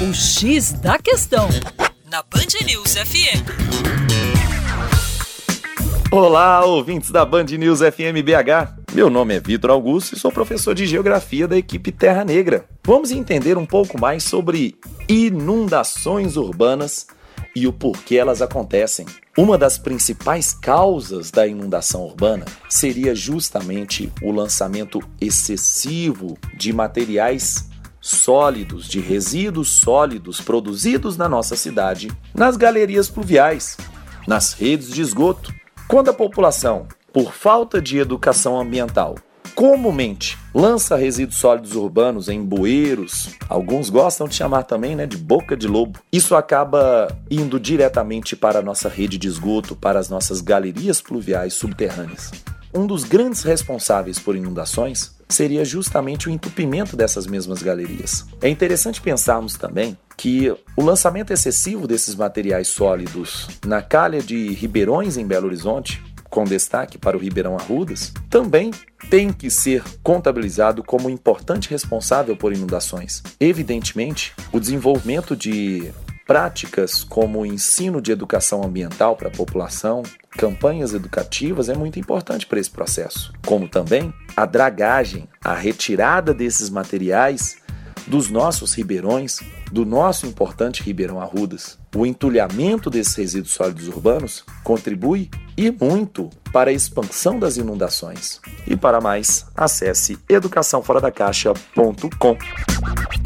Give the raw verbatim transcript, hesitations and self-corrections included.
O X da Questão, na Band News F M. Olá, ouvintes da Band News F M B H. Meu nome é Vitor Augusto e sou professor de Geografia da equipe Terra Negra. Vamos entender um pouco mais sobre inundações urbanas e o porquê elas acontecem. Uma das principais causas da inundação urbana seria justamente o lançamento excessivo de materiais sólidos, de resíduos sólidos produzidos na nossa cidade, nas galerias pluviais, nas redes de esgoto. Quando a população, por falta de educação ambiental, comumente lança resíduos sólidos urbanos em bueiros, alguns gostam de chamar também, né, de boca de lobo, isso acaba indo diretamente para a nossa rede de esgoto, para as nossas galerias pluviais subterrâneas. Um dos grandes responsáveis por inundações seria justamente o entupimento dessas mesmas galerias. É interessante pensarmos também que o lançamento excessivo desses materiais sólidos na calha de Ribeirões em Belo Horizonte, com destaque para o Ribeirão Arrudas, também tem que ser contabilizado como importante responsável por inundações. Evidentemente, o desenvolvimento de práticas como o ensino de educação ambiental para a população, campanhas educativas é muito importante para esse processo, como também a dragagem, a retirada desses materiais dos nossos ribeirões, do nosso importante Ribeirão Arrudas. O entulhamento desses resíduos sólidos urbanos contribui e muito para a expansão das inundações. E para mais, acesse educação fora da caixa ponto com.